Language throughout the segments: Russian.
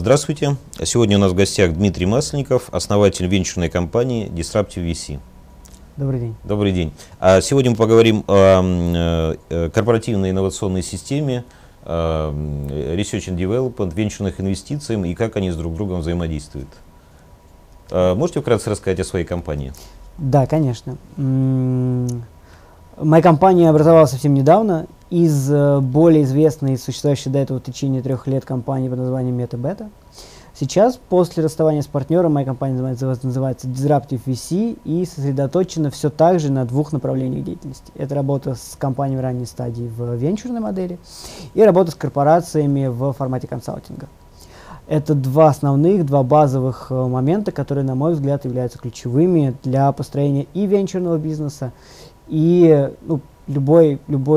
Здравствуйте. Сегодня у нас в гостях Дмитрий Масленников, основатель венчурной компании Disruptive VC. Добрый день. Добрый день. Сегодня мы поговорим о корпоративной инновационной системе, Research and Development, венчурных инвестициях и как они с друг другом взаимодействуют. Можете вкратце рассказать о своей компании? Да, конечно. Моя компания образовалась совсем недавно из более известной, существующей до этого в течение 3 лет компании под названием MetaBeta. Сейчас, после расставания с партнером, моя компания называется Disruptive VC и сосредоточена все так же на 2 направлениях деятельности. Это работа с компаниями ранней стадии в венчурной модели и работа с корпорациями в формате консалтинга. Это 2 базовых момента, которые, на мой взгляд, являются ключевыми для построения и венчурного бизнеса, и любой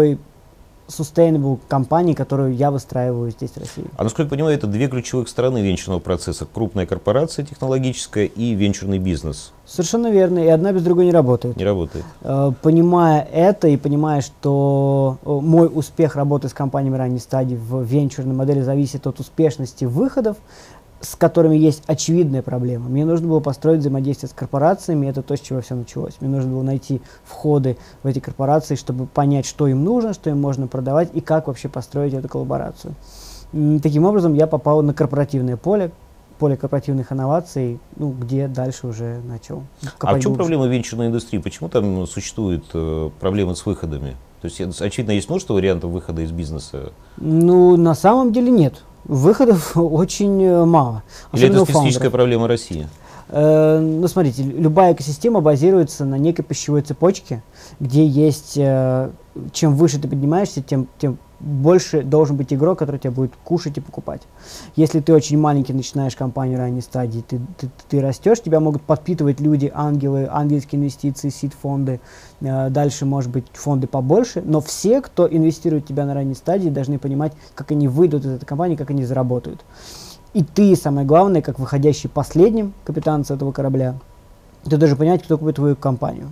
sustainable компании, которую я выстраиваю здесь, в России. Насколько я понимаю, это 2 ключевых стороны венчурного процесса. Крупная корпорация технологическая и венчурный бизнес. Совершенно верно, и одна без другой не работает. Не работает. Понимая это и понимая, что мой успех работы с компаниями ранней стадии в венчурной модели зависит от успешности выходов, с которыми есть очевидная проблема. Мне нужно было построить взаимодействие с корпорациями, это то, с чего все началось. Мне нужно было найти входы в эти корпорации, чтобы понять, что им нужно, что им можно продавать и как вообще построить эту коллаборацию. Таким образом, я попал на корпоративное поле корпоративных инноваций, где дальше уже начал копать. А в чем проблема венчурной индустрии? Почему там существуют проблемы с выходами? То есть, очевидно, есть множество вариантов выхода из бизнеса? На самом деле нет. Выходов очень мало. Или это специфическая проблема России? Смотрите, любая экосистема базируется на некой пищевой цепочке, где есть, чем выше ты поднимаешься, тем больше должен быть игрок, который тебя будет кушать и покупать. Если ты очень маленький, начинаешь компанию ранней стадии, ты растешь, тебя могут подпитывать люди, ангелы, ангельские инвестиции, сид-фонды, дальше, может быть, фонды побольше, но все, кто инвестирует в тебя на ранней стадии, должны понимать, как они выйдут из этой компании, как они заработают. И ты, самое главное, как выходящий последним капитан с этого корабля, ты должен понимать, кто купит твою компанию.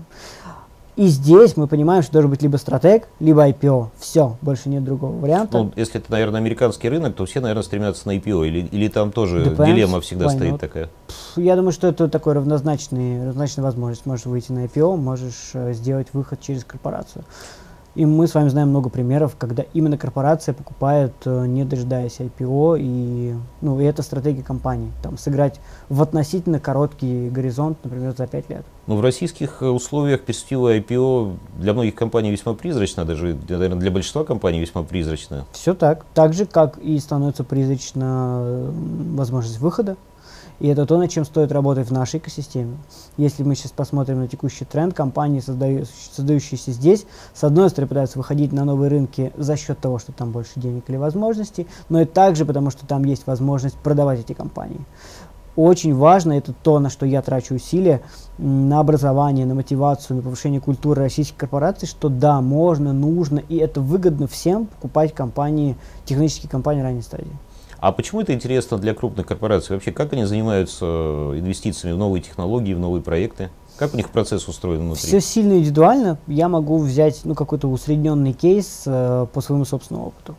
И здесь мы понимаем, что должен быть либо стратег, либо IPO. Все, больше нет другого варианта. Если это, наверное, американский рынок, то все, наверное, стремятся на IPO. Или там тоже дилемма всегда стоит такая? Я думаю, что это такой равнозначная возможность. Можешь выйти на IPO, можешь сделать выход через корпорацию. И мы с вами знаем много примеров, когда именно корпорация покупает, не дожидаясь IPO, и это стратегия компании. Там, сыграть в относительно короткий горизонт, например, за 5 лет. В российских условиях перспектива IPO для многих компаний весьма призрачна, даже, наверное, для большинства компаний весьма призрачна. Все так. Так же, как и становится призрачна возможность выхода. И это то, над чем стоит работать в нашей экосистеме. Если мы сейчас посмотрим на текущий тренд, компании, создающиеся здесь, с одной стороны пытаются выходить на новые рынки за счет того, что там больше денег или возможностей, но и также потому, что там есть возможность продавать эти компании. Очень важно, это то, на что я трачу усилия, на образование, на мотивацию, на повышение культуры российских корпораций, что да, можно, нужно, и это выгодно всем покупать компании, технические компании ранней стадии. А почему это интересно для крупных корпораций? Вообще, как они занимаются инвестициями в новые технологии, в новые проекты? Как у них процесс устроен внутри? Все сильно индивидуально. Я могу взять какой-то усредненный кейс по своему собственному опыту.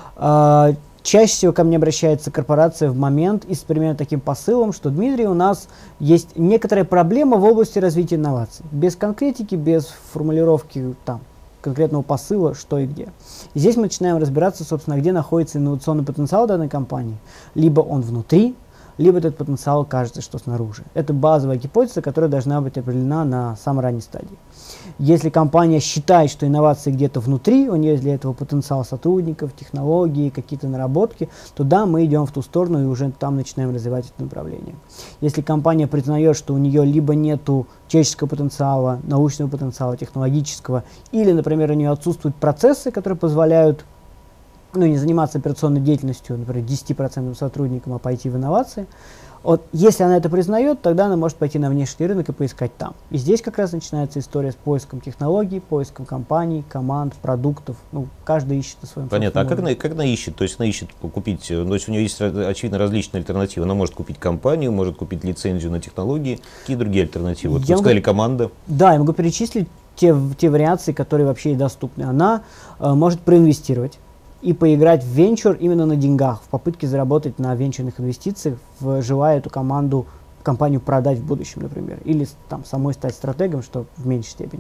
Чаще всего ко мне обращается корпорация в момент и с примерно таким посылом, что, Дмитрий, у нас есть некоторая проблема в области развития инноваций. Без конкретики, без формулировки конкретного посыла, что и где. И здесь мы начинаем разбираться, собственно, где находится инновационный потенциал данной компании. Либо он внутри, либо этот потенциал кажется, что снаружи. Это базовая гипотеза, которая должна быть определена на самой ранней стадии. Если компания считает, что инновации где-то внутри, у нее есть для этого потенциал сотрудников, технологий, какие-то наработки, то да, мы идем в ту сторону и уже там начинаем развивать это направление. Если компания признает, что у нее либо нету человеческого потенциала, научного потенциала, технологического, или, например, у нее отсутствуют процессы, которые позволяют не заниматься операционной деятельностью, например, 10% сотрудникам, а пойти в инновации. Если она это признает, тогда она может пойти на внешний рынок и поискать там. И здесь как раз начинается история с поиском технологий, поиском компаний, команд, продуктов. Каждый ищет на своем. Понятно. А как она ищет? То есть она ищет купить, то есть у нее есть, очевидно, различные альтернативы. Она может купить компанию, может купить лицензию на технологии. Какие другие альтернативы? Вы сказали, команда. Да, я могу перечислить те вариации, которые вообще и доступны. Она может проинвестировать. и поиграть в венчур именно на деньгах, в попытке заработать на венчурных инвестициях, желая эту компанию продать в будущем, например, или там самой стать стратегом, что в меньшей степени.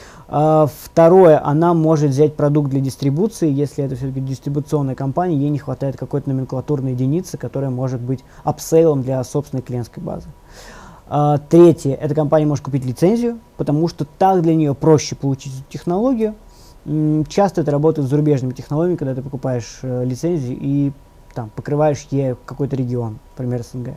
Второе, она может взять продукт для дистрибуции, если это все-таки дистрибуционная компания, ей не хватает какой-то номенклатурной единицы, которая может быть апсейлом для собственной клиентской базы. Третье, эта компания может купить лицензию, потому что так для нее проще получить эту технологию. Часто это работает с зарубежными технологиями, когда ты покупаешь лицензию и там, покрываешь ей какой-то регион, например, СНГ.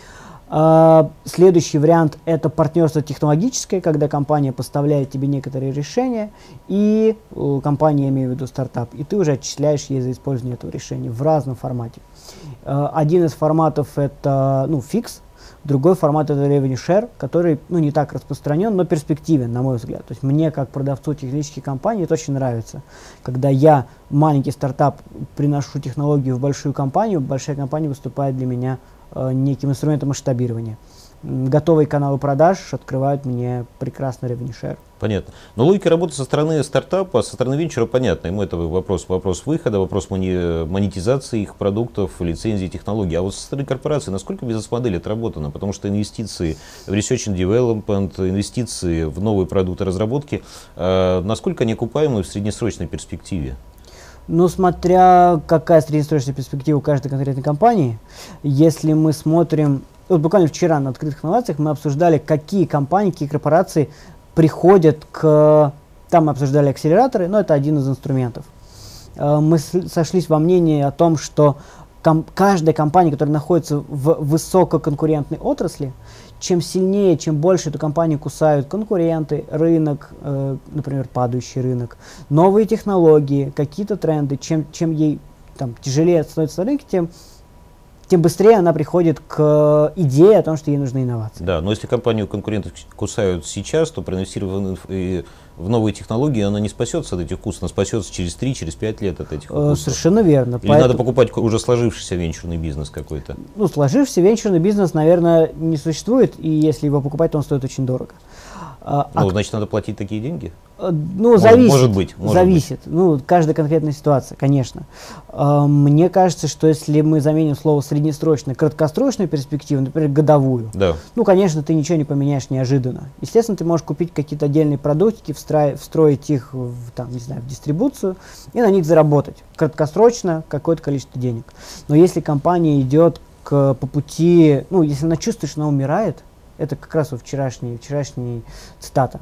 Следующий вариант – это партнерство технологическое, когда компания поставляет тебе некоторые решения, и компания, я имею в виду стартап, и ты уже отчисляешь ей за использование этого решения в разном формате. Один из форматов – это фикс, другой формат – это revenue share, который не так распространен, но перспективен, на мой взгляд. То есть мне, как продавцу технологической компании, это очень нравится. Когда я, маленький стартап, приношу технологию в большую компанию, большая компания выступает для меня неким инструментом масштабирования. Готовые каналы продаж открывают мне прекрасный revenue share. Понятно. Но логика работы со стороны стартапа, со стороны венчура понятна. Ему это вопрос выхода, вопрос монетизации их продуктов, лицензии, технологий. А вот со стороны корпорации, насколько бизнес-модель отработана? Потому что инвестиции в research and development, инвестиции в новые продукты разработки, насколько они окупаемы в среднесрочной перспективе? Смотря какая среднесрочная перспектива у каждой конкретной компании. Если мы смотрим, буквально вчера на открытых инновациях мы обсуждали, какие компании, какие корпорации приходят там мы обсуждали акселераторы, но это один из инструментов. Мы сошлись во мнении о том, что каждая компания, которая находится в высококонкурентной отрасли, чем сильнее, чем больше эту компанию кусают конкуренты, рынок, например, падающий рынок, новые технологии, какие-то тренды, чем ей тяжелее становится на рынке, тем быстрее она приходит к идее о том, что ей нужны инновации. Да, но если компанию конкурентов кусают сейчас, то проинвестировав в новые технологии, она не спасется от этих кусов, она спасется через 3-5 лет от этих кусов. Совершенно верно. Или надо покупать уже сложившийся венчурный бизнес какой-то? Сложившийся венчурный бизнес, наверное, не существует, и если его покупать, то он стоит очень дорого. Значит, надо платить такие деньги? Зависит. Может быть. Зависит. Каждая конкретная ситуация, конечно. Мне кажется, что если мы заменим слово среднесрочная, краткосрочную перспективу, например, годовую, да. Конечно, ты ничего не поменяешь неожиданно. Естественно, ты можешь купить какие-то отдельные продуктики, встроить их в дистрибуцию и на них заработать. Краткосрочно какое-то количество денег. Но если компания идет по пути, если она чувствует, что она умирает, это как раз вчерашняя цитата.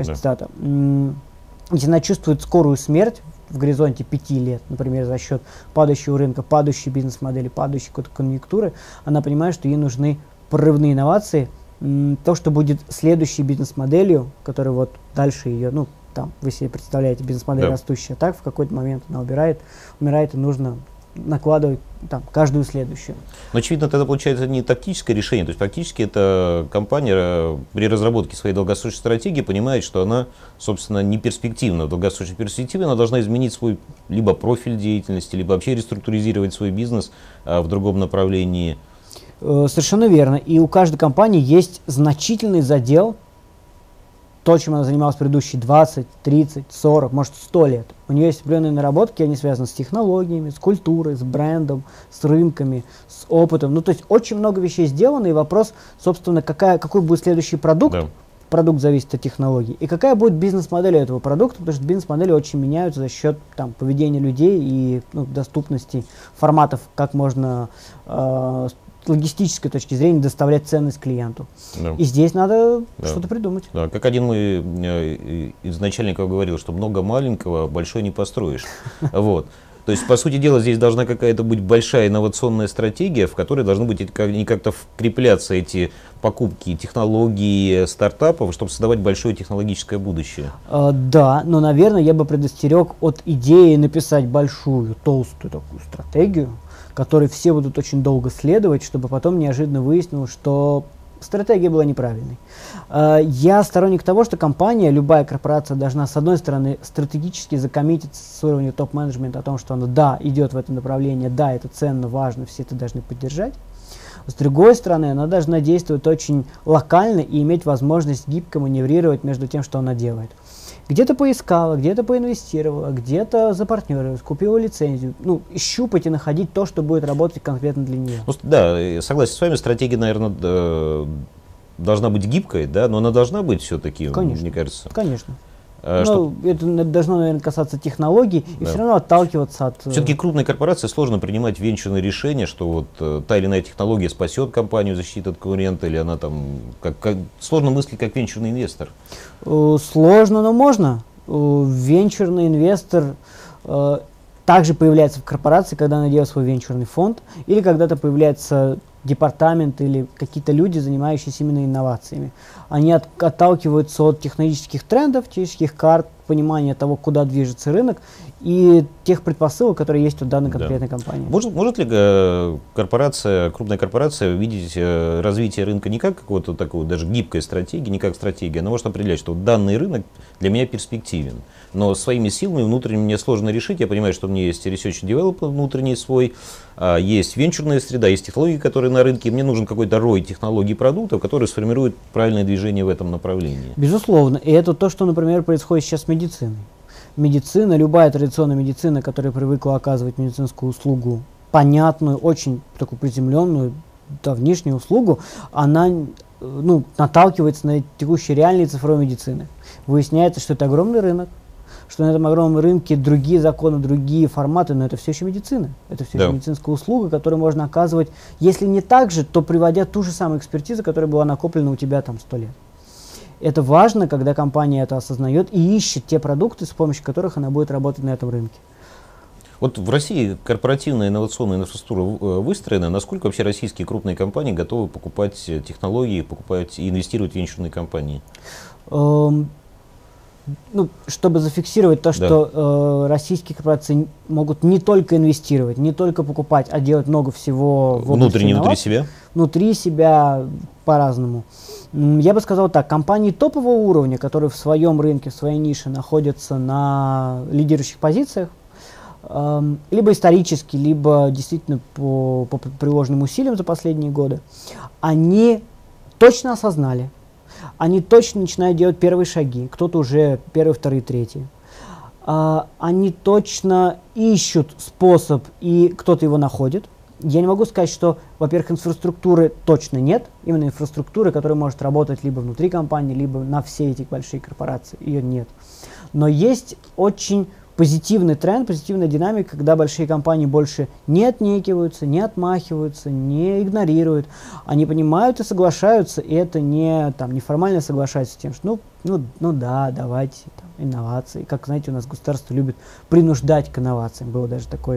Если она чувствует скорую смерть в горизонте 5 лет, например, за счет падающего рынка, падающей бизнес-модели, падающей какой-то конъюнктуры, она понимает, что ей нужны прорывные инновации, то, что будет следующей бизнес-моделью, которая дальше ее, вы себе представляете, бизнес-модель растущая, так в какой-то момент она умирает, и нужно накладывать каждую следующую. Но, очевидно, тогда получается не тактическое решение, то есть практически эта компания при разработке своей долгосрочной стратегии понимает, что она, собственно, не перспективна. В долгосрочной перспективе она должна изменить свой либо профиль деятельности, либо вообще реструктуризировать свой бизнес в другом направлении. Совершенно верно. И у каждой компании есть значительный задел, то, чем она занималась предыдущие 20, 30, 40, может 100 лет. У нее есть определенные наработки, они связаны с технологиями, с культурой, с брендом, с рынками, с опытом. То есть очень много вещей сделано, и вопрос, собственно, какой будет следующий продукт. Да. Продукт зависит от технологий. И какая будет бизнес-модель этого продукта, потому что бизнес-модели очень меняются за счет поведения людей и доступности форматов, как можно с логистической точки зрения доставлять ценность клиенту. Да. И здесь надо что-то придумать. Да, как один мой из начальников говорил, что много маленького, большой не построишь. Вот. То есть, по сути дела, здесь должна какая-то быть большая инновационная стратегия, в которой должны быть как-то вкрепляться эти покупки технологий стартапов, чтобы создавать большое технологическое будущее. Да, но, наверное, я бы предостерег от идеи написать большую, толстую такую стратегию, которой все будут очень долго следовать, чтобы потом неожиданно выяснилось, что стратегия была неправильной. Я сторонник того, что компания, любая корпорация должна, с одной стороны, стратегически закоммититься с уровня топ-менеджмента о том, что она, да, идет в это направление, да, это ценно, важно, все это должны поддержать. С другой стороны, она должна действовать очень локально и иметь возможность гибко маневрировать между тем, что она делает. Где-то поискала, где-то поинвестировала, где-то запартнерилась, купила лицензию. Ну, щупать и находить то, что будет работать конкретно для нее. Да, согласен с вами, стратегия, наверное, должна быть гибкой, да, но она должна быть все-таки, мне кажется. Конечно. Но это должно, наверное, касаться технологий и все равно отталкиваться от... Все-таки крупной корпорации сложно принимать венчурные решения, что вот та или иная технология спасет компанию, защитит от конкурента, или она там... Сложно мыслить как венчурный инвестор. Сложно, но можно. Венчурный инвестор также появляется в корпорации, когда она делает свой венчурный фонд, или когда-то появляется департамент или какие-то люди, занимающиеся именно инновациями. Они отталкиваются от технологических трендов, технических карт, понимания того, куда движется рынок и тех предпосылок, которые есть у данной конкретной компании. Может ли крупная корпорация видеть развитие рынка не как какого-то такого даже гибкой стратегии, не как стратегия, она может определять, что данный рынок для меня перспективен, но своими силами внутренними мне сложно решить. Я понимаю, что у меня есть research and development внутренний свой, есть венчурная среда, есть технологии, которые на рынке, и мне нужен какой-то рой технологий продуктов, которые сформируют правильное движение в этом направлении. Безусловно. И это то, что, например, происходит сейчас с медициной. Медицина, любая традиционная медицина, которая привыкла оказывать медицинскую услугу, понятную, очень такую приземленную, внешнюю услугу, она наталкивается на текущие реальные цифровой медицины. Выясняется, что это огромный рынок, что на этом огромном рынке другие законы, другие форматы, но это все еще медицина. Это все еще медицинская услуга, которую можно оказывать, если не так же, то приводя ту же самую экспертизу, которая была накоплена у тебя там 100 лет. Это важно, когда компания это осознает и ищет те продукты, с помощью которых она будет работать на этом рынке. Вот в России корпоративная инновационная инфраструктура выстроена. Насколько вообще российские крупные компании готовы покупать технологии, покупать и инвестировать в венчурные компании? Чтобы зафиксировать то, что российские корпорации могут не только инвестировать, не только покупать, а делать много всего внутри себя? Внутри себя по-разному. Я бы сказал так, компании топового уровня, которые в своем рынке, в своей нише находятся на лидирующих позициях, либо исторически, либо действительно по приложенным усилиям за последние годы, они точно осознали, они точно начинают делать первые шаги, кто-то уже первые, вторые, третьи. Они точно ищут способ, и кто-то его находит. Я не могу сказать, что, во-первых, инфраструктуры точно нет, именно инфраструктуры, которая может работать либо внутри компании, либо на все эти большие корпорации, ее нет. Но есть очень позитивный тренд, позитивная динамика, когда большие компании больше не отнекиваются, не отмахиваются, не игнорируют. Они понимают и соглашаются, и это неформально соглашаются с тем, что да, давайте инновации. Как, знаете, у нас государство любит принуждать к инновациям. Был даже такой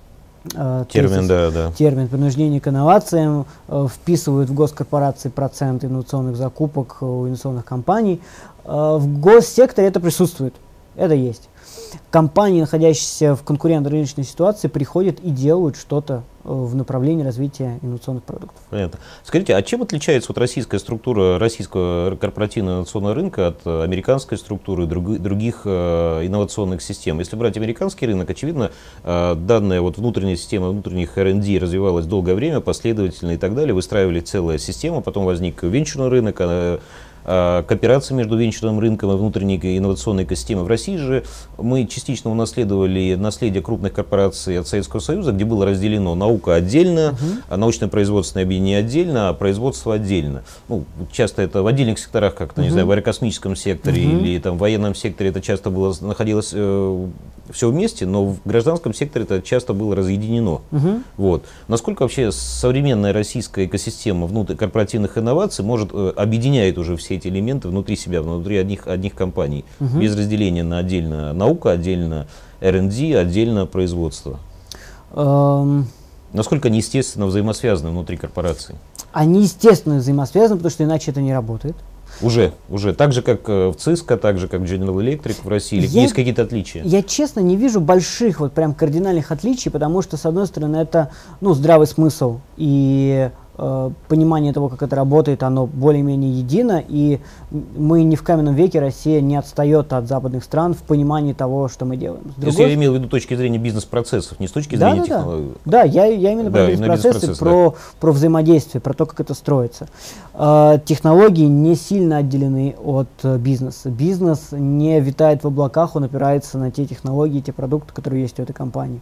термин принуждения к инновациям, вписывают в госкорпорации процент инновационных закупок у инновационных компаний. В госсекторе это присутствует, это есть. Компании, находящиеся в конкурентно-рыночной ситуации, приходят и делают что-то в направлении развития инновационных продуктов. Понятно. Скажите, а чем отличается российская структура российского корпоративного инновационного рынка от американской структуры других инновационных систем? Если брать американский рынок, очевидно, данная внутренняя система внутренних R&D развивалась долгое время, последовательно и так далее, выстраивали целая система, потом возник венчурный рынок, кооперация между венчурным рынком и внутренней инновационной экосистемой. В России же мы частично унаследовали наследие крупных корпораций от Советского Союза, где было разделено наука отдельно, научно-производственное объединение отдельно, а производство отдельно. Часто это в отдельных секторах, как-то, не знаю, в аэрокосмическом секторе или там, в военном секторе это часто находилось все вместе, но в гражданском секторе это часто было разъединено. Насколько вообще современная российская экосистема корпоративных инноваций объединяет уже все эти элементы внутри себя, внутри одних компаний, без разделения на отдельно наука, отдельно R&D, отдельно производство? Насколько они естественно взаимосвязаны внутри корпорации? Они естественно взаимосвязаны, потому что иначе это не работает. Уже. Так же, как в Cisco, так же, как General Electric в России, или есть какие-то отличия? Я, честно, не вижу больших, прям кардинальных отличий, потому что, с одной стороны, это, здравый смысл и понимание того, как это работает, оно более-менее едино, и мы не в каменном веке, Россия не отстает от западных стран в понимании того, что мы делаем. Если я имел в виду с точки зрения бизнес-процессов, не с точки зрения технологий. Да, я именно про бизнес-процессы, про взаимодействие, про то, как это строится. Технологии не сильно отделены от бизнеса. Бизнес не витает в облаках, он опирается на те технологии, те продукты, которые есть у этой компании.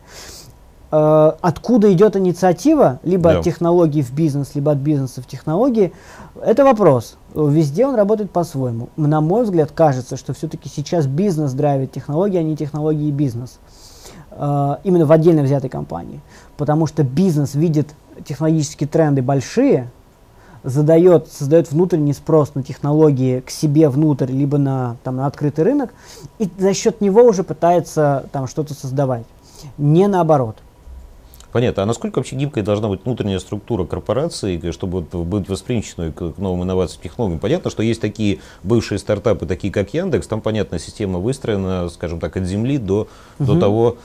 Откуда идет инициатива, либо от технологий в бизнес, либо от бизнеса в технологии, это вопрос. Везде он работает по-своему. На мой взгляд, кажется, что все-таки сейчас бизнес драйвит технологии, а не технологии и бизнес. Именно в отдельно взятой компании. Потому что бизнес видит технологические тренды большие, создает внутренний спрос на технологии к себе внутрь, либо на открытый рынок, и за счет него уже пытается там что-то создавать. Не наоборот. Понятно. А насколько вообще гибкой должна быть внутренняя структура корпорации, чтобы быть восприимчивой к новым инновациям, технологиям? Понятно, что есть такие бывшие стартапы, такие как Яндекс, там, понятно, система выстроена, скажем так, от земли до того,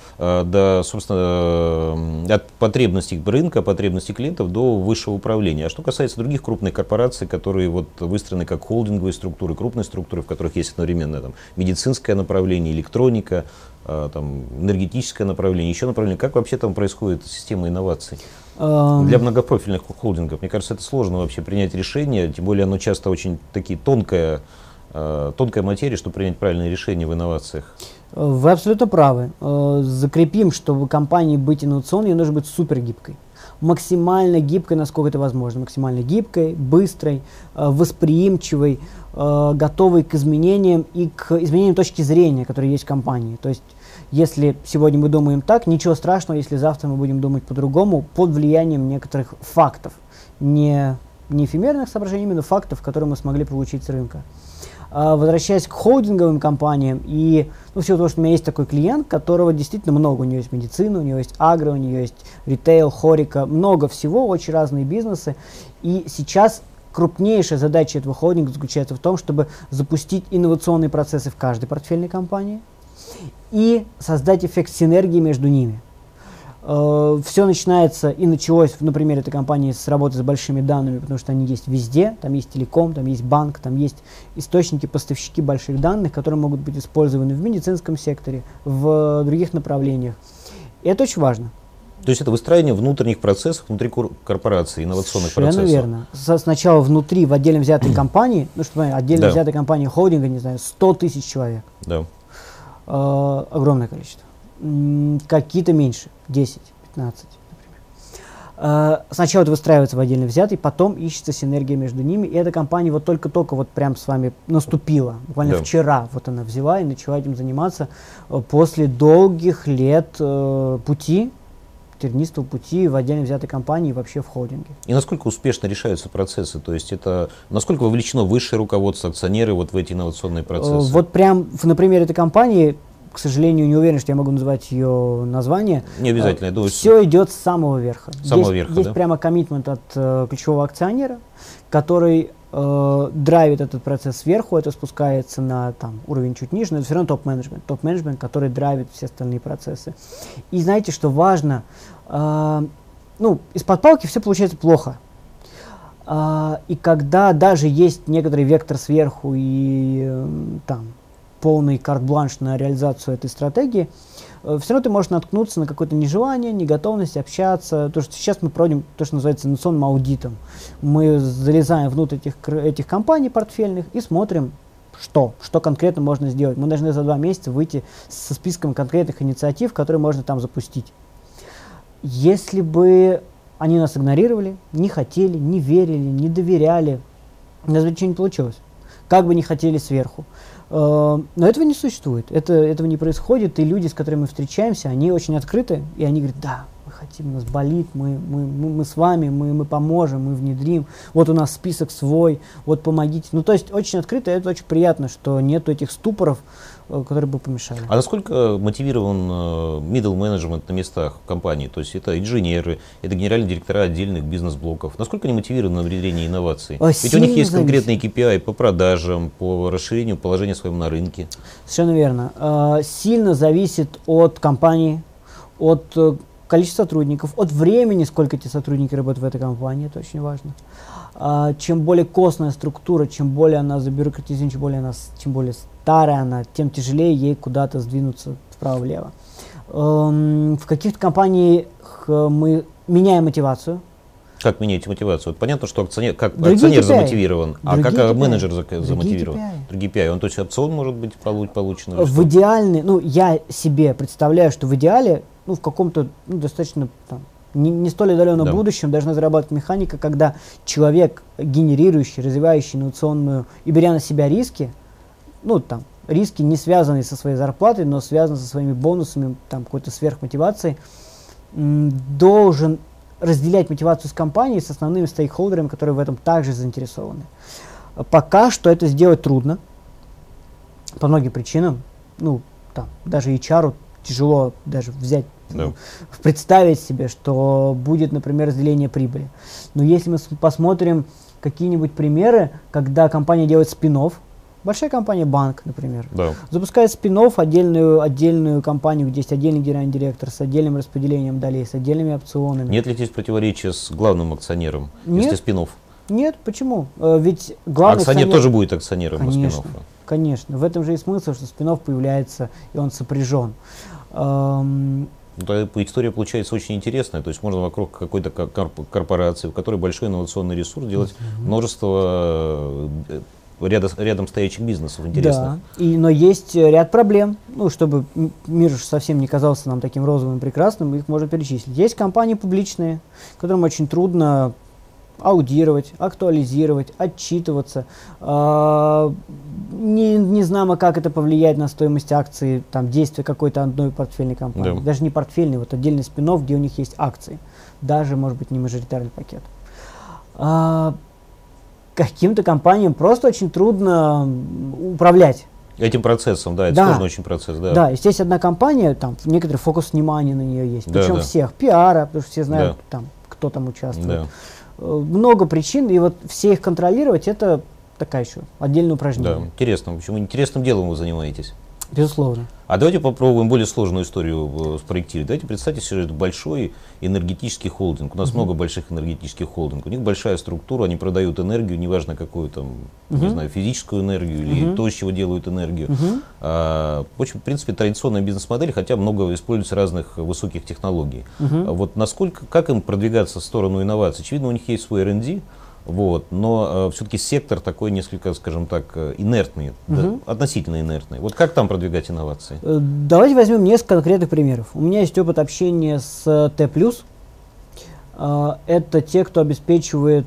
собственно, от потребностей рынка, потребностей клиентов до высшего управления. А что касается других крупных корпораций, которые выстроены как холдинговые структуры, крупные структуры, в которых есть одновременно медицинское направление, электроника, энергетическое направление, еще направление. Как вообще там происходит система инноваций? Для многопрофильных холдингов, мне кажется, это сложно вообще принять решение, тем более оно часто очень тонкая материя, чтобы принять правильное решение в инновациях. Вы абсолютно правы. Закрепим, чтобы компании быть инновационной, ей нужно быть супер гибкой. Максимально гибкой, насколько это возможно. Максимально гибкой, быстрой, восприимчивой, готовой к изменениям и к изменениям точки зрения, которые есть в компании. То есть, если сегодня мы думаем так, ничего страшного, если завтра мы будем думать по-другому, под влиянием некоторых фактов. Не эфемерных соображений, именно фактов, которые мы смогли получить с рынка. Возвращаясь к холдинговым компаниям, и всего того, что у меня есть такой клиент, которого действительно много, у него есть медицина, у него есть агро, у него есть ритейл, хорика, много всего, очень разные бизнесы, и сейчас крупнейшая задача этого холдинга заключается в том, чтобы запустить инновационные процессы в каждой портфельной компании и создать эффект синергии между ними. Все начинается и началось, например, этой компании с работы с большими данными, потому что они есть везде, там есть телеком, там есть банк, там есть источники, поставщики больших данных, которые могут быть использованы в медицинском секторе, в других направлениях. И это очень важно. То есть это выстраивание внутренних процессов, внутри корпорации, инновационных процессов. Верно. Сначала внутри, в отдельно взятой компании, отдельно взятой компании холдинга, не знаю, 100 тысяч человек. Да. Огромное количество. Какие-то меньше, 10, 15, например. Сначала это выстраивается в отдельно взятый, потом ищется синергия между ними, и эта компания только-только прям с вами наступила. Буквально вчера она взяла и начала этим заниматься после долгих лет пути, тернистого пути в отдельно взятой компании и вообще в холдинге. И насколько успешно решаются процессы? То есть насколько вовлечено высшее руководство, акционеры в эти инновационные процессы? Прям на примере этой компании, к сожалению, не уверен, что я могу назвать ее название. Не обязательно, я думаю. Все идет с самого верха. Есть прямо коммитмент от ключевого акционера, который драйвит этот процесс сверху, это спускается на уровень чуть ниже, но это все равно топ-менеджмент. Топ-менеджмент, который драйвит все остальные процессы. И знаете, что важно? Из-под палки все получается плохо. И когда даже есть некоторый вектор сверху и полный карт-бланш на реализацию этой стратегии, все равно ты можешь наткнуться на какое-то нежелание, неготовность общаться. То, что сейчас мы проводим то, что называется инновационным аудитом. Мы залезаем внутрь этих компаний портфельных и смотрим, что конкретно можно сделать. Мы должны за 2 месяца выйти со списком конкретных инициатив, которые можно там запустить. Если бы они нас игнорировали, не хотели, не верили, не доверяли, у нас бы ничего не получилось. Как бы не хотели сверху. Но этого не существует, этого не происходит, и люди, с которыми мы встречаемся, они очень открыты, и они говорят: да, мы хотим, нас болит, мы с вами, мы поможем, мы внедрим, вот у нас список свой, вот помогите. То есть очень открыто, и это очень приятно, что нету этих ступоров, которые бы помешали. А насколько мотивирован middle management на местах в компании? То есть это инженеры, это генеральные директора отдельных бизнес-блоков. Насколько они мотивированы на внедрение инноваций? Ведь у них есть конкретные KPI по продажам, по расширению положения своего на рынке. Совершенно верно. Сильно зависит от компании, от количество сотрудников, от времени, сколько эти сотрудники работают в этой компании, это очень важно. Чем более костная структура, чем более она забюрократизирована, чем более старая она, тем тяжелее ей куда-то сдвинуться вправо-влево. В каких-то компаниях мы меняем мотивацию. Как меняете мотивацию? Вот понятно, что акционер KPI. замотивирован, а как KPI. менеджер замотивирован? KPI. Другие KPI. Он, то есть опцион может быть получен? В идеальной, я себе представляю, что в идеале, в каком-то достаточно не столь отдаленном будущем должна зарабатывать механика, когда человек, генерирующий, развивающий инновационную и беря на себя риски, риски не связанные со своей зарплатой, но связанные со своими бонусами, какой-то сверхмотивацией, должен разделять мотивацию с компанией, с основными стейкхолдерами, которые в этом также заинтересованы. Пока что это сделать трудно, по многим причинам. Даже HR тяжело даже взять, представить себе, что будет, например, разделение прибыли. Но если мы посмотрим какие-нибудь примеры, когда компания делает спин-офф, большая компания, банк, например, запускает спин-офф, отдельную компанию, где есть отдельный генеральный директор с отдельным распределением долей, с отдельными опционами. Нет ли здесь противоречия с главным акционером, если спин-офф? Нет, почему? Ведь главный акционер тоже будет акционером конечно, спин-оффа. Конечно, в этом же и смысл, что спин-офф появляется, и он сопряжен. История получается очень интересная, то есть можно вокруг какой-то корпорации, в которой большой инновационный ресурс, делать множество рядом стоящих бизнесов интересных. Да, но есть ряд проблем, чтобы мир совсем не казался нам таким розовым и прекрасным, их можно перечислить. Есть компании публичные, которым очень трудно аудировать, актуализировать, отчитываться. Не знамо, как это повлияет на стоимость акций, действия какой-то одной портфельной компании. Да. Даже не портфельной, отдельный спин-офф, где у них есть акции. Даже, может быть, не мажоритарный пакет. Каким-то компаниям просто очень трудно управлять этим процессом, это сложный очень процесс. Да, если есть одна компания, некоторый фокус внимания на нее есть. Причем всех, пиара, потому что все знают, кто там участвует. Много причин, и все их контролировать, это такая еще отдельное упражнение. Да, интересно. Почему интересным делом вы занимаетесь? Безусловно. А давайте попробуем более сложную историю спроектировать. Давайте представьте себе, это большой энергетический холдинг. У нас много больших энергетических холдингов. У них большая структура, они продают энергию, неважно какую не знаю, физическую энергию или то, из чего делают энергию. Очень, в принципе, традиционная бизнес-модель, хотя много используется разных высоких технологий. Вот как им продвигаться в сторону инноваций? Очевидно, у них есть свой R&D. Но все-таки сектор такой несколько, скажем так, инертный, относительно инертный. Как там продвигать инновации? Давайте возьмем несколько конкретных примеров. У меня есть опыт общения с Т+. Это те, кто обеспечивает,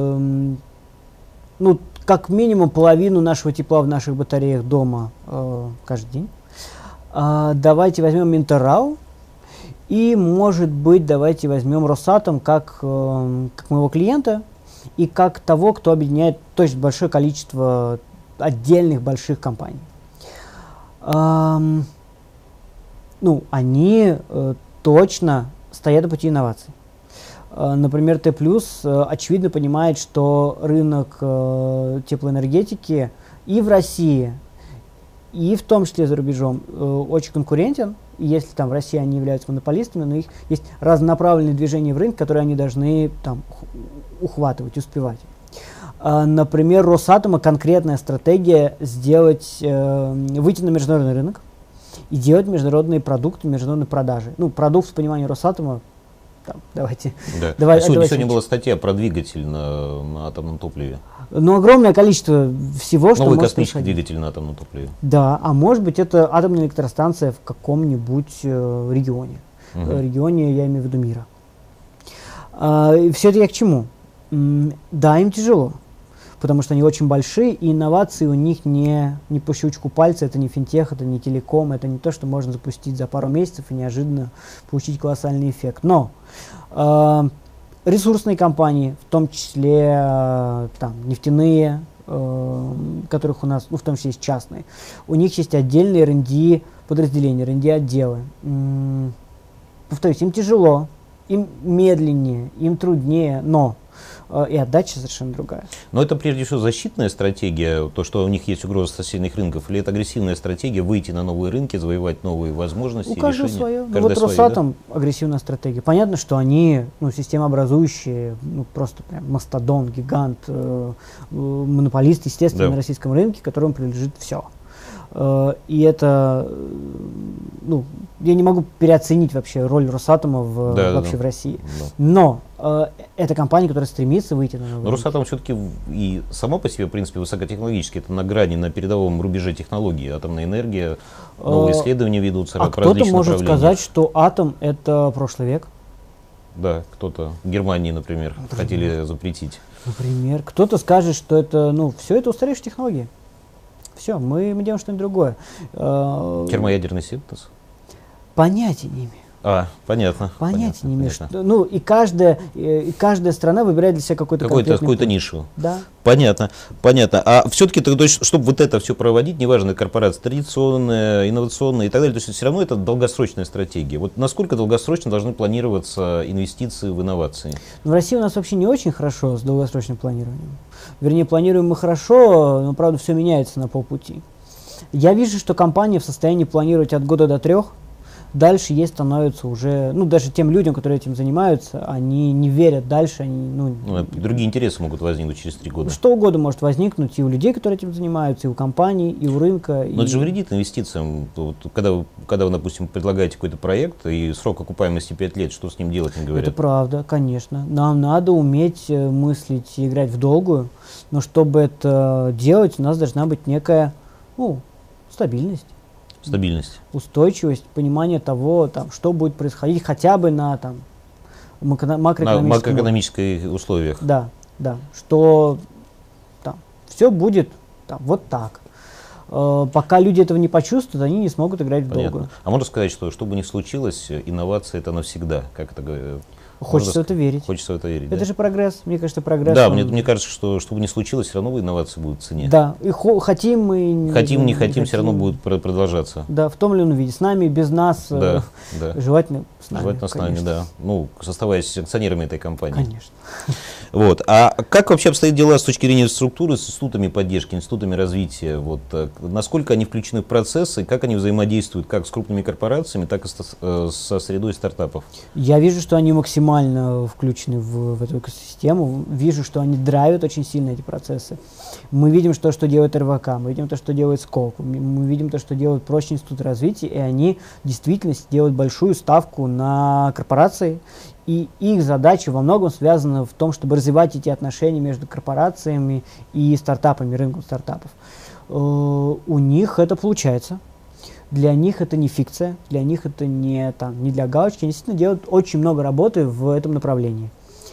как минимум половину нашего тепла в наших батареях дома каждый день. Давайте возьмем Минтеррау. И, может быть, давайте возьмем Росатом как моего клиента. И как того, кто объединяет точно большое количество отдельных больших компаний. Они точно стоят на пути инноваций. Например, Т+, очевидно понимает, что рынок теплоэнергетики и в России, и в том числе за рубежом очень конкурентен. И если в России они являются монополистами, но их есть разнонаправленные движения в рынке, которые они должны ухватывать, успевать. Например, Росатома конкретная стратегия выйти на международный рынок и делать международные продукты, международные продажи. Продукт в понимании Росатома, давайте. Сегодня была статья про двигатель на атомном топливе. Огромное количество всего, что новый может космический происходить. Двигатель на атомном топливе. Да, а может быть это атомная электростанция в каком-нибудь регионе. Регионе, я имею в виду, мира. Все это я к чему? Да, им тяжело, потому что они очень большие, и инновации у них не по щелчку пальца, это не финтех, это не телеком, это не то, что можно запустить за пару месяцев и неожиданно получить колоссальный эффект. Но ресурсные компании, в том числе нефтяные, которых у нас, в том числе есть частные, у них есть отдельные R&D подразделения, R&D отделы. Повторюсь, им тяжело, им медленнее, им труднее, но и отдача совершенно другая. Но это прежде всего защитная стратегия, то, что у них есть угроза соседних рынков, или это агрессивная стратегия выйти на новые рынки, завоевать новые возможности? У каждого решения? свое. Каждое Вот свое, Росатом агрессивная стратегия. Понятно, что они системообразующие, просто прям мастодон, гигант, монополист, естественно, Да. на российском рынке, которому принадлежит все. И это, я не могу переоценить вообще роль Росатома вообще в России. Да. Но это компания, которая стремится выйти на новый Но рынок. Росатом все-таки и само по себе, в принципе, высокотехнологически, это на грани, на передовом рубеже технологий. Атомная энергия, новые исследования ведутся А по различным кто-то может направлениям. сказать, что атом — это прошлый век. Да, кто-то в Германии, например, хотели запретить. Например, кто-то скажет, что это, все это устаревшие технологии. Все, мы делаем что-нибудь другое. Термоядерный синтез? Понятия не имею. Понятно. Понятия не имею. Понятно. И каждая страна выбирает для себя какой-то Какую-то нишу. Да. Понятно. А все-таки, то есть, чтобы вот это все проводить, неважно, корпорация традиционная, инновационная и так далее, то есть все равно это долгосрочная стратегия. Вот насколько долгосрочно должны планироваться инвестиции в инновации? В России у нас вообще не очень хорошо с долгосрочным планированием. Вернее, планируем мы хорошо, но, правда, все меняется на полпути. Я вижу, что компания в состоянии планировать от года до 3. Дальше ей становится уже, даже тем людям, которые этим занимаются, они не верят дальше, другие интересы могут возникнуть через 3 года. Что угодно может возникнуть и у людей, которые этим занимаются, и у компаний, и у рынка. Но это же вредит инвестициям. Вот, когда вы, допустим, предлагаете какой-то проект, и срок окупаемости 5 лет, что с ним делать, они говорят? Это правда, конечно. Нам надо уметь мыслить и играть в долгую, но чтобы это делать, у нас должна быть некая, стабильность. Стабильность. Устойчивость, понимание того, что будет происходить хотя бы на макроэкономических условиях. Да, что все будет вот так. Пока люди этого не почувствуют, они не смогут играть в долгую. А можно сказать, что бы ни случилось, инновация — это навсегда, как это говорят? Хочется в это верить. Хочется в это верить. Это же прогресс. Мне кажется, прогресс. Да, мне кажется, что бы ни случилось, все равно инновации будут в цене. Да, и хотим мы. Не хотим, все равно будет продолжаться. Да, в том или ином виде. С нами, без нас. Да. Желательно с нами. Желательно с нами, да. Оставаясь акционерами этой компании. Конечно. Вот. А как вообще обстоят дела с точки зрения структуры с институтами поддержки, институтами развития? Вот. Насколько они включены в процессы, как они взаимодействуют как с крупными корпорациями, так и со средой стартапов? Я вижу, что они максимально включены в эту экосистему. Вижу, что они драйвят очень сильно эти процессы. Мы видим, что делает РВК, мы видим то, что делает СКОЛ, мы видим то, что делают прочие институты развития, и они действительно делают большую ставку на корпорации. И их задача во многом связана в том, чтобы развивать эти отношения между корпорациями и стартапами, рынком стартапов. У них это получается. Для них это не фикция, для них это не для галочки. Они действительно делают очень много работы в этом направлении.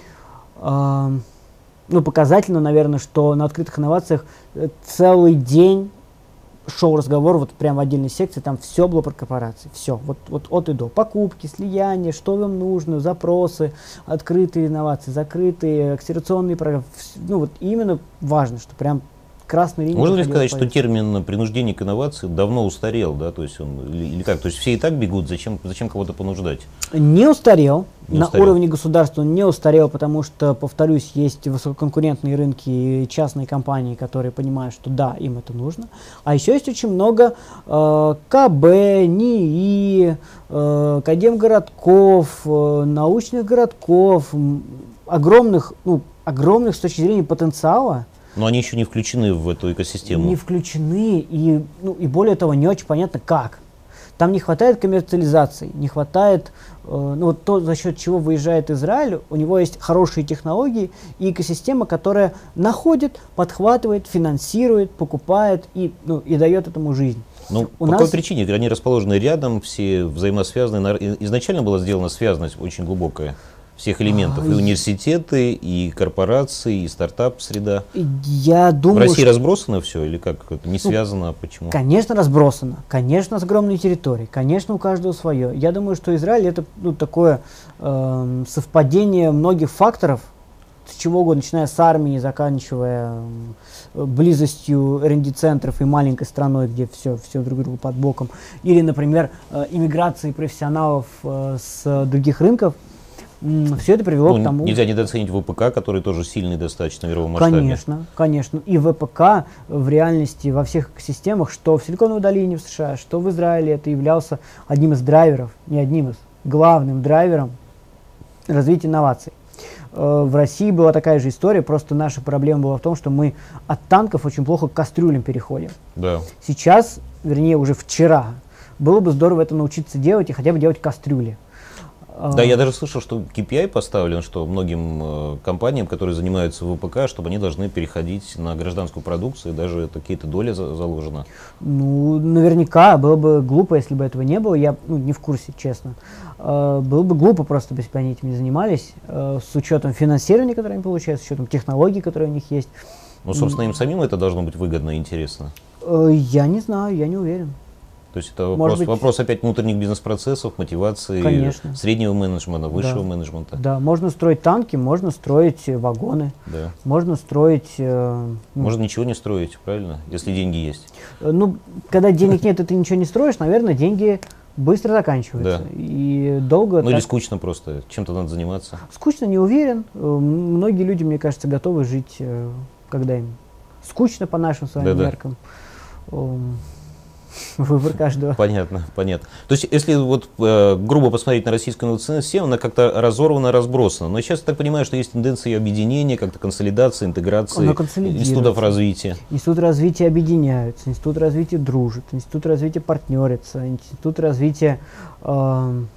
Показательно, наверное, что на открытых инновациях целый день шел разговор прямо в отдельной секции, там все было про корпорации, все, от и до. Покупки, слияния, что вам нужно, запросы, открытые инновации, закрытые, акселерационные программы. Именно важно, что прям красный линия. Можно ли сказать, что термин принуждение к инновации давно устарел, да? То есть или как? То есть все и так бегут, зачем кого-то понуждать? Не устарел. На уровне государства он не устарел, потому что, повторюсь, есть высококонкурентные рынки и частные компании, которые понимают, что да, им это нужно. А еще есть очень много КБ, НИИ, академгородков, научных городков, огромных с точки зрения потенциала. Но они еще не включены в эту экосистему. Не включены, и более того, не очень понятно как. Там не хватает коммерциализации, не хватает, то, за счет чего выезжает Израиль, у него есть хорошие технологии и экосистема, которая находит, подхватывает, финансирует, покупает и дает этому жизнь. По какой причине? Они расположены рядом, все взаимосвязаны. Изначально была сделана связанность очень глубокая всех элементов, и университеты, и корпорации, и стартап-среда. Я думаю, в России разбросано все или как? Это не связано? Почему? Конечно, разбросано. Конечно, с огромной территорией. Конечно, у каждого свое. Я думаю, что Израиль — это такое совпадение многих факторов, с чего угодно, начиная с армии, заканчивая близостью R&D-центров и маленькой страной, где все друг другу под боком. Или, например, иммиграцией профессионалов с других рынков. Все это привело к тому... Нельзя недооценить ВПК, который тоже сильный достаточно в мировом масштабе. Конечно, конечно. И ВПК в реальности во всех экосистемах, что в Силиконовой долине в США, что в Израиле, это являлся одним из драйверов, не одним из, главным драйвером развития инноваций. В России была такая же история, просто наша проблема была в том, что мы от танков очень плохо к кастрюлям переходим. Да. Сейчас, вернее уже вчера, было бы здорово это научиться делать и хотя бы делать кастрюли. Да, я даже слышал, что KPI поставлен, что многим компаниям, которые занимаются ВПК, чтобы они должны переходить на гражданскую продукцию, и даже какие-то доли заложена. Ну, наверняка, было бы глупо, если бы этого не было, я не в курсе, честно. Было бы глупо просто, если бы они этим не занимались, с учетом финансирования, которое они получают, с учетом технологий, которые у них есть. Ну, собственно, им самим это должно быть выгодно и интересно. Я не знаю, я не уверен. То есть это вопрос опять внутренних бизнес-процессов, мотивации, конечно, среднего менеджмента, высшего менеджмента. Да, можно строить танки, можно строить вагоны, да. Можно строить... Можно ничего не строить, правильно, если деньги есть. Ну, когда денег нет, и ты ничего не строишь, наверное, деньги быстро заканчиваются. Да. И долго... Ну или скучно просто, чем-то надо заниматься. Скучно, не уверен. Многие люди, мне кажется, готовы жить, когда им скучно по нашим с вами меркам. Выбор каждого. Понятно, понятно. То есть, если вот грубо посмотреть на российскую инновационную систему, она как-то разорвана, разбросана. Но сейчас я так понимаю, что есть тенденции ее объединения, как-то консолидации, интеграции институтов развития. Институт развития объединяются, институт развития дружит, институт развития партнерится, институт развития, ну,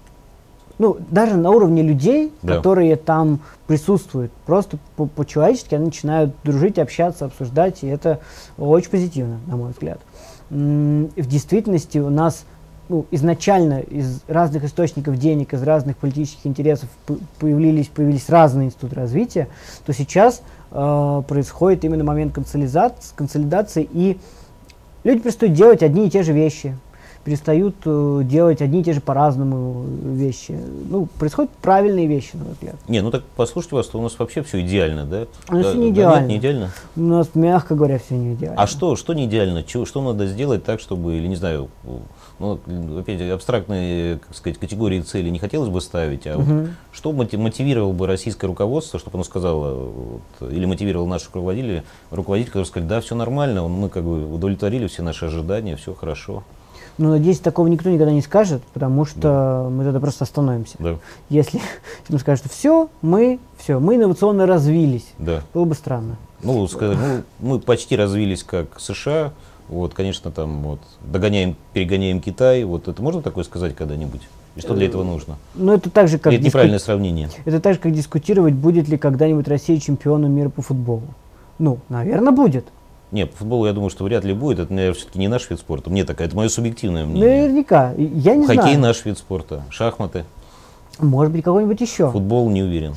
даже на уровне людей, которые там присутствуют, просто по-человечески они начинают дружить, общаться, обсуждать, и это очень позитивно, на мой взгляд. В действительности у нас изначально из разных источников денег, из разных политических интересов появились разные институты развития, то сейчас происходит именно момент консолидации, и люди перестают делать одни и те же вещи, перестают делать одни и те же по-разному вещи. Ну, происходят правильные вещи, на мой взгляд. Не, ну так послушайте вас, то у нас вообще все идеально, да? У нас все не идеально. Нет, не идеально? У нас, мягко говоря, все не идеально. А что не идеально? Что надо сделать так, чтобы, или не знаю, ну, опять абстрактные, как сказать, категории целей не хотелось бы ставить, а вот что мотивировало бы российское руководство, чтобы оно сказало, или мотивировало наших руководителей, которые сказали, да, все нормально, мы как бы удовлетворили все наши ожидания, все хорошо. Ну, надеюсь, такого никто никогда не скажет, потому что мы тогда просто остановимся. Да. Если мы скажем, что все, мы инновационно развились, было бы странно. Ну, мы почти развились как США, вот, конечно, там вот, перегоняем Китай, вот это можно такое сказать когда-нибудь? И что для этого нужно? Ну, это так же, как это неправильное сравнение. Это так же, как дискутировать, будет ли когда-нибудь Россия чемпионом мира по футболу. Ну, наверное, будет. Нет, по футболу я думаю, что вряд ли будет. Это, наверное, все-таки не наш вид спорта. Это мое субъективное мнение. Наверняка. Я не знаю. Хоккей наш вид спорта, шахматы. Может быть, какой-нибудь еще. Футбол не уверен.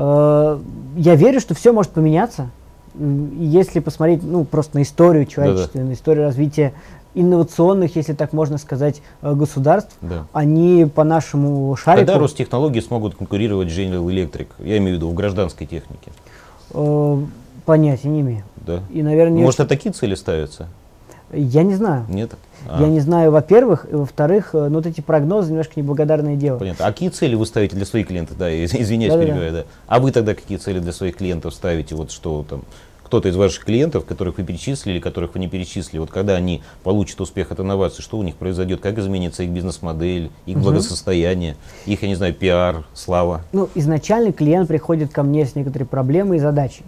Я верю, что все может поменяться. Если посмотреть, просто на историю человечества, на историю развития инновационных, если так можно сказать, государств, они по нашему шарику... Когда Ростехнологии смогут конкурировать с General Electric? Я имею в виду в гражданской технике. Понятия не имею. Да. И, наверное, может, такие цели ставятся? Я не знаю. Нет? Я не знаю, во-первых. И во-вторых, вот эти прогнозы немножко неблагодарное дело. Понятно. А какие цели вы ставите для своих клиентов? Да, извиняюсь, перебиваю. Да. А вы тогда какие цели для своих клиентов ставите? Вот что там, кто-то из ваших клиентов, которых вы перечислили, которых вы не перечислили, вот когда они получат успех от инноваций, что у них произойдет? Как изменится их бизнес-модель, их благосостояние, их, я не знаю, пиар, слава? Ну, изначально клиент приходит ко мне с некоторой проблемой и задачей,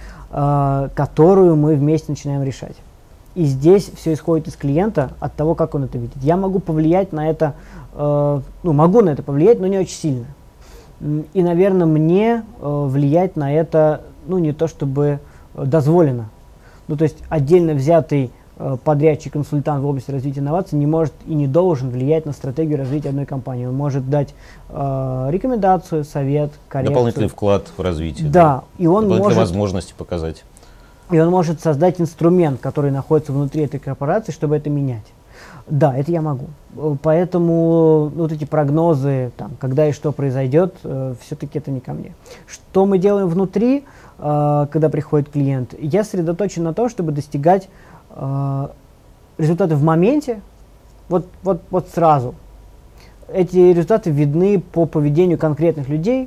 которую мы вместе начинаем решать. И здесь все исходит из клиента, от того, как он это видит. Я могу повлиять на это, могу на это повлиять, но не очень сильно. И, наверное, мне влиять на это, не то чтобы дозволено. То есть отдельно взятый подрядчик, консультант в области развития инноваций не может и не должен влиять на стратегию развития одной компании. Он может дать рекомендацию, совет, коррекцию. Дополнительный вклад в развитие. Да. И он может возможности показать. И он может создать инструмент, который находится внутри этой корпорации, чтобы это менять. Да, это я могу. Поэтому вот эти прогнозы, когда и что произойдет, все-таки это не ко мне. Что мы делаем внутри, когда приходит клиент? Я сосредоточен на том, чтобы достигать результаты в моменте, вот сразу. Эти результаты видны по поведению конкретных людей,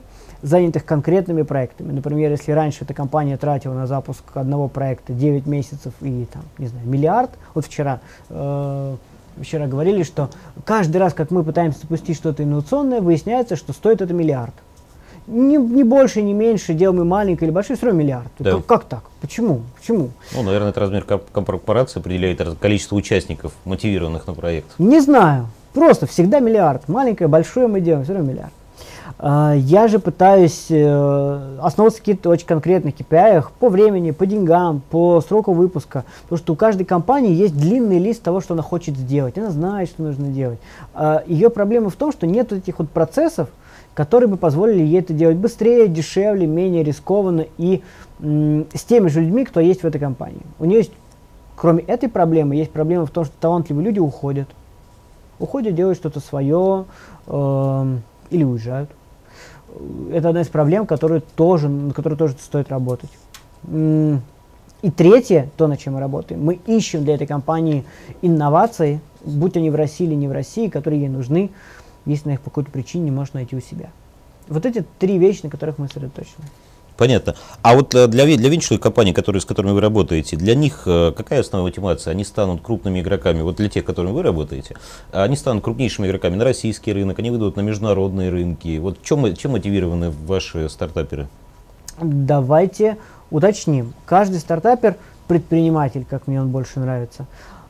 занятых конкретными проектами. Например, если раньше эта компания тратила на запуск одного проекта 9 месяцев и, там, не знаю, миллиард, вот вчера говорили, что каждый раз, как мы пытаемся запустить что-то инновационное, выясняется, что стоит это миллиард. Не больше, не меньше, делаем мы маленькое или большое, все равно миллиард. Да. Как так? Почему? Ну, наверное, это размер корпорации определяет количество участников, мотивированных на проект. Не знаю. Просто всегда миллиард. Маленькое, большое мы делаем, все равно миллиард. Я же пытаюсь основываться на каких-то очень конкретных KPI по времени, по деньгам, по сроку выпуска. Потому что у каждой компании есть длинный лист того, что она хочет сделать. Она знает, что нужно делать. Ее проблема в том, что нет этих вот процессов, которые бы позволили ей это делать быстрее, дешевле, менее рискованно и с теми же людьми, кто есть в этой компании. У нее есть, кроме этой проблемы, есть проблема в том, что талантливые люди уходят. Уходят, делают что-то свое или уезжают. Это одна из проблем, на которую тоже стоит работать. И третье, то, над чем мы работаем, мы ищем для этой компании инновации, будь они в России или не в России, которые ей нужны, если она их по какой-то причине не может найти у себя. Вот эти три вещи, на которых мы сосредоточены. Понятно. А вот для венчурных компаний, с которыми вы работаете, для них какая основная мотивация? Они станут крупными игроками, вот для тех, с которыми вы работаете, они станут крупнейшими игроками на российский рынок, они выйдут на международные рынки. Вот чем мотивированы ваши стартаперы? Давайте уточним. Каждый стартапер предприниматель, как мне он больше нравится.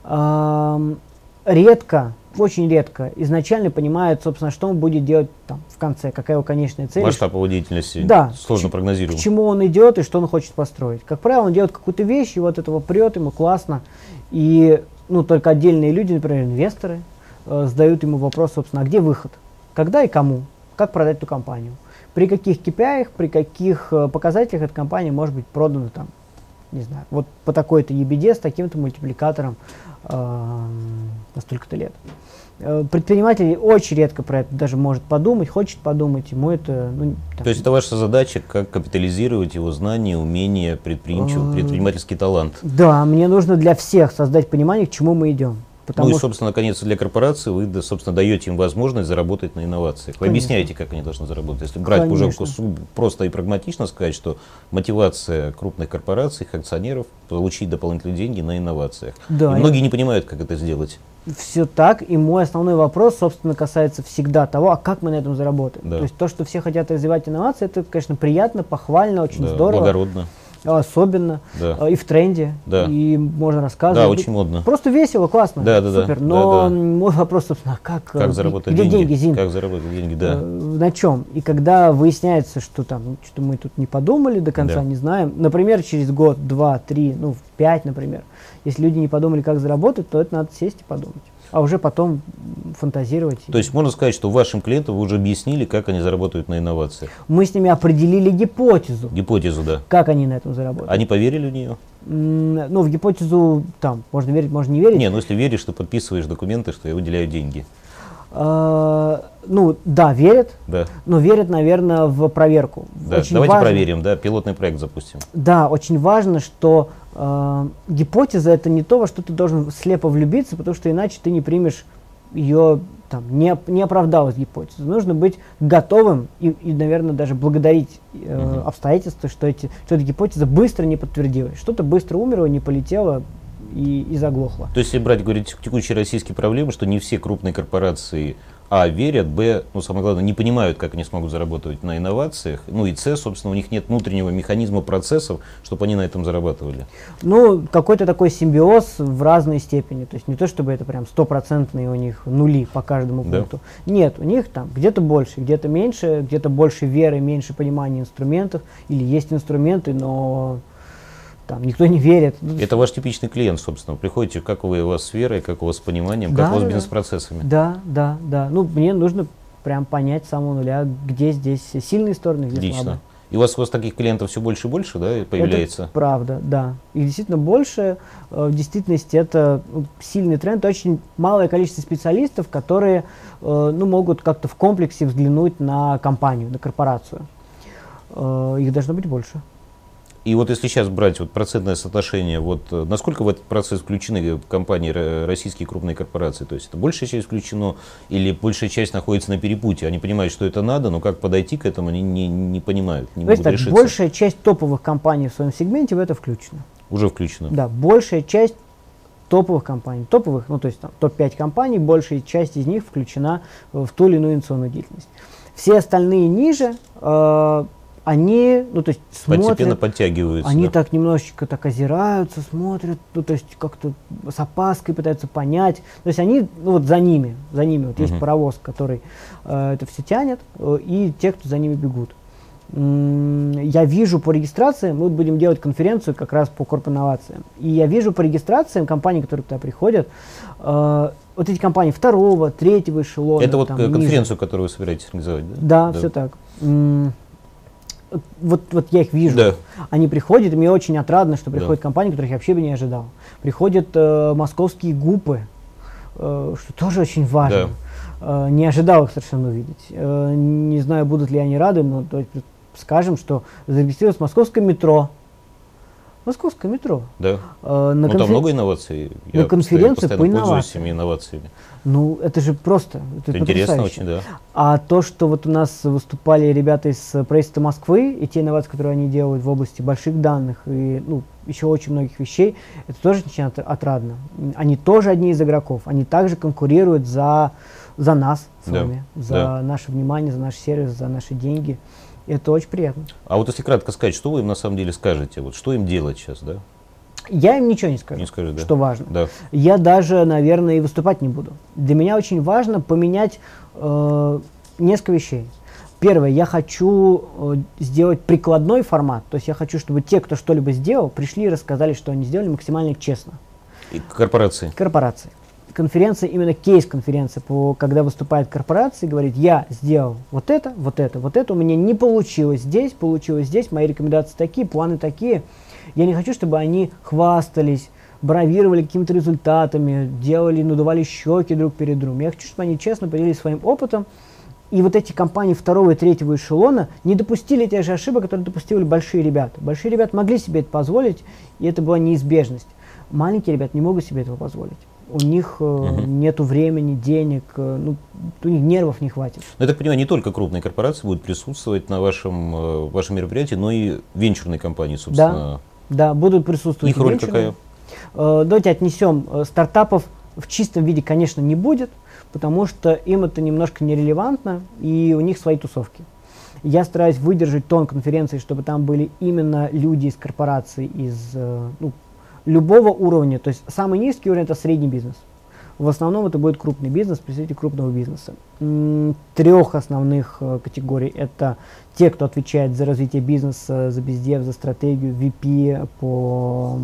Очень редко изначально понимает, собственно, что он будет делать там в конце, какая его конечная цель. Масштаб его деятельности сложно прогнозировать. К чему он идет и что он хочет построить. Как правило, он делает какую-то вещь, и вот этого прет, ему классно. И только отдельные люди, например, инвесторы, задают ему вопрос, собственно, а где выход? Когда и кому? Как продать эту компанию? При каких KPI, при каких показателях эта компания может быть продана там, не знаю, вот по такой-то EBD с таким-то мультипликатором на столько-то лет. Предприниматель очень редко про это даже может подумать, хочет подумать, ему это... То есть это ваша задача, как капитализировать его знания, умения, предпринимательский талант? Да, мне нужно для всех создать понимание, к чему мы идем. И, собственно, наконец, для корпорации вы, собственно, даете им возможность заработать на инновациях. Вы объясняете, как они должны заработать. Если брать уже просто и прагматично сказать, что мотивация крупных корпораций, их акционеров, получить дополнительные деньги на инновациях. Да, и многие не понимают, как это сделать. Все так, и мой основной вопрос, собственно, касается всегда того, а как мы на этом заработаем. Да. То есть то, что все хотят развивать инновации, это, конечно, приятно, похвально, очень здорово. Благородно. Особенно, и в тренде, и можно рассказывать. Да, очень модно. Просто весело, классно, супер. Но мой вопрос, собственно, как заработать где деньги, Зин? Как заработать деньги, да. На чем? И когда выясняется, что там, что мы тут не подумали до конца, не знаем, например, через год, 2, 3, 5, например, если люди не подумали, как заработать, то это надо сесть и подумать. А уже потом фантазировать. То есть можно сказать, что вашим клиентам вы уже объяснили, как они заработают на инновациях? Мы с ними определили гипотезу. Гипотезу, да. Как они на этом заработают. Они поверили в нее? В гипотезу там можно верить, можно не верить. Не, если веришь, то подписываешь документы, что я выделяю деньги. Да, верят, но верят, наверное, в проверку. Да, давайте проверим, пилотный проект запустим. Да, очень важно, что гипотеза это не то, во что ты должен слепо влюбиться, потому что иначе ты не примешь ее, не оправдалась гипотеза. Нужно быть готовым и наверное, даже благодарить обстоятельства, что эта гипотеза быстро не подтвердилась. Что-то быстро умерло, не полетело и заглохло. То есть, если брать, говорить, текущие российские проблемы, что не все крупные корпорации верят, самое главное, не понимают, как они смогут заработать на инновациях, и собственно, у них нет внутреннего механизма процессов, чтобы они на этом зарабатывали. Какой-то такой симбиоз в разной степени, то есть не то, чтобы это прям стопроцентные у них нули по каждому пункту. Нет, у них там где-то больше, где-то меньше, где-то больше веры, меньше понимания инструментов, или есть инструменты, но никто не верит. Это ваш типичный клиент, собственно. Вы приходите, как у вас с верой, как у вас с пониманием, как у вас с бизнес-процессами. Да. Мне нужно прям понять с самого нуля, где здесь сильные стороны, где слабые. И у вас таких клиентов все больше и больше, появляется? Это правда, да. Их действительно больше. В действительности это сильный тренд. Очень малое количество специалистов, которые могут как-то в комплексе взглянуть на компанию, на корпорацию. Их должно быть больше. И вот если сейчас брать вот процентное соотношение, вот насколько в этот процесс включены компании, российские крупные корпорации? То есть это большая часть включена или большая часть находится на перепутье? Они понимают, что это надо, но как подойти к этому, они не понимают, не могут решиться. Большая часть топовых компаний в своем сегменте в это включена. Уже включено? Да, большая часть топовых компаний. Топовых, ну то есть топ-5 компаний, большая часть из них включена в ту или иную инновационную деятельность. Все остальные ниже, они, ну, то есть смотрят, постепенно подтягиваются. Они да? так немножечко так озираются, смотрят, ну, то есть как-то с опаской пытаются понять. То есть они, ну, вот за ними вот есть паровоз, который это все тянет, и те, кто за ними бегут. Я вижу по регистрации, мы будем делать конференцию как раз по корпинновациям, и я вижу по регистрациям компаний, которые туда приходят, вот эти компании второго, третьего эшелона. Это вот там, конференцию, ниже. которую вы собираетесь организовать, да? Да, все так. Вот я их вижу. Да. Они приходят, и мне очень отрадно, что приходят компании, которых я вообще бы не ожидал. Приходят московские ГУПы, что тоже очень важно. Да. Не ожидал их совершенно увидеть. Не знаю, будут ли они рады, но то есть, скажем, что зарегистрировалось московское метро. Московское метро. Да. Там много инноваций. На конференции по инновациям. Инновациями. Ну, это же просто. Это интересно очень, да. А то, что вот у нас выступали ребята из правительства Москвы, и те инновации, которые они делают в области больших данных и еще очень многих вещей, это тоже очень отрадно. Они тоже одни из игроков. Они также конкурируют за нас с вами, за наше внимание, за наш сервис, за наши деньги. Это очень приятно. А вот если кратко сказать, что вы им на самом деле скажете? Вот что им делать сейчас, да? Я им ничего не скажу, что важно. Да. Я даже, наверное, и выступать не буду. Для меня очень важно поменять несколько вещей. Первое, я хочу сделать прикладной формат. То есть я хочу, чтобы те, кто что-либо сделал, пришли и рассказали, что они сделали максимально честно. И корпорации? Корпорации. Конференция, именно кейс-конференция, когда выступает корпорация и говорит, я сделал вот это, у меня не получилось здесь, мои рекомендации такие, планы такие. Я не хочу, чтобы они хвастались, бравировали какими-то результатами, надували щеки друг перед другом. Я хочу, чтобы они честно поделились своим опытом. И вот эти компании второго и третьего эшелона не допустили тех же ошибок, которые допустили большие ребята. Большие ребята могли себе это позволить, и это была неизбежность. Маленькие ребята не могут себе этого позволить. У них нету времени, денег, у них нервов не хватит. Но я так понимаю, не только крупные корпорации будут присутствовать на вашем мероприятии, но и венчурные компании, собственно. Да, будут присутствовать. Их роль какая? Давайте отнесем. Стартапов в чистом виде, конечно, не будет, потому что им это немножко нерелевантно, и у них свои тусовки. Я стараюсь выдержать тон конференции, чтобы там были именно люди из корпораций, из любого уровня, то есть самый низкий уровень — это средний бизнес. В основном это будет крупный бизнес, представители крупного бизнеса. Трех основных категорий — это те, кто отвечает за развитие бизнеса, за бездев, за стратегию, VP по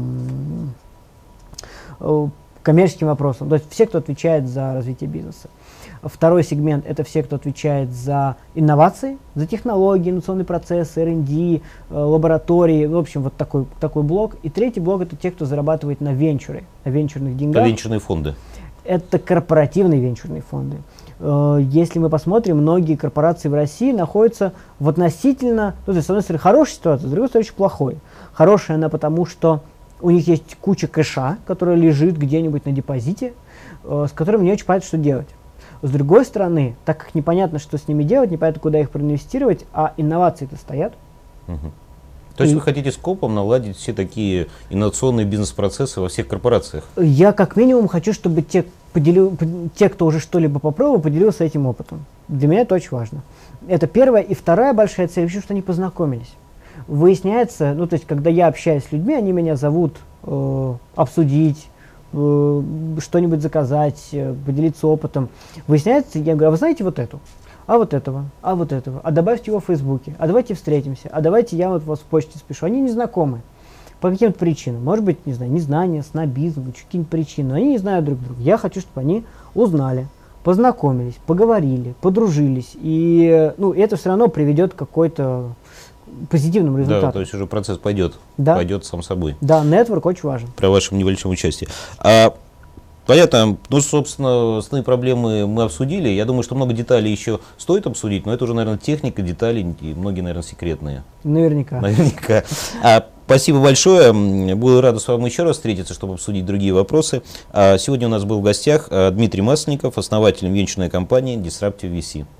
коммерческим вопросам, то есть все, кто отвечает за развитие бизнеса. Второй сегмент — это все, кто отвечает за инновации, за технологии, инновационные процессы, R&D, лаборатории, в общем, вот такой блок. И третий блок — это те, кто зарабатывает на венчуры, на венчурных деньгах. А венчурные фонды? Это корпоративные венчурные фонды. Если мы посмотрим, многие корпорации в России находятся в относительно, то есть, с одной стороны, хорошей ситуации, с другой стороны, очень плохой. Хорошая она потому, что у них есть куча кэша, которая лежит где-нибудь на депозите, с которым не очень понятно, что делать. С другой стороны, так как непонятно, что с ними делать, непонятно, куда их проинвестировать, а инновации-то стоят. То есть вы хотите скопом наладить все такие инновационные бизнес-процессы во всех корпорациях? Я как минимум хочу, чтобы те, кто уже что-либо попробовал, поделился этим опытом. Для меня это очень важно. Это первая. И вторая большая цель, еще что они познакомились. Выясняется, то есть когда я общаюсь с людьми, они меня зовут обсудить, что-нибудь заказать, поделиться опытом. Выясняется, я говорю, а вы знаете вот эту? А вот этого, а добавьте его в Фейсбуке, а давайте встретимся, а давайте я вот вас в почте спешу. Они не знакомы по каким-то причинам. Может быть, не знаю, незнание, снобизм, какие-нибудь причины. Но они не знают друг друга. Я хочу, чтобы они узнали, познакомились, поговорили, подружились. И это все равно приведет к какой-то позитивному результату. Да, то есть уже процесс пойдет сам собой. Да, нетворк очень важен. При вашем небольшом участии. Понятно, собственно, основные проблемы мы обсудили. Я думаю, что много деталей еще стоит обсудить, но это уже, наверное, техника, детали, и многие, наверное, секретные. Наверняка. Наверняка. Спасибо большое. Буду рад с вами еще раз встретиться, чтобы обсудить другие вопросы. Сегодня у нас был в гостях Дмитрий Масленников, основатель венчурной компании Disruptive VC.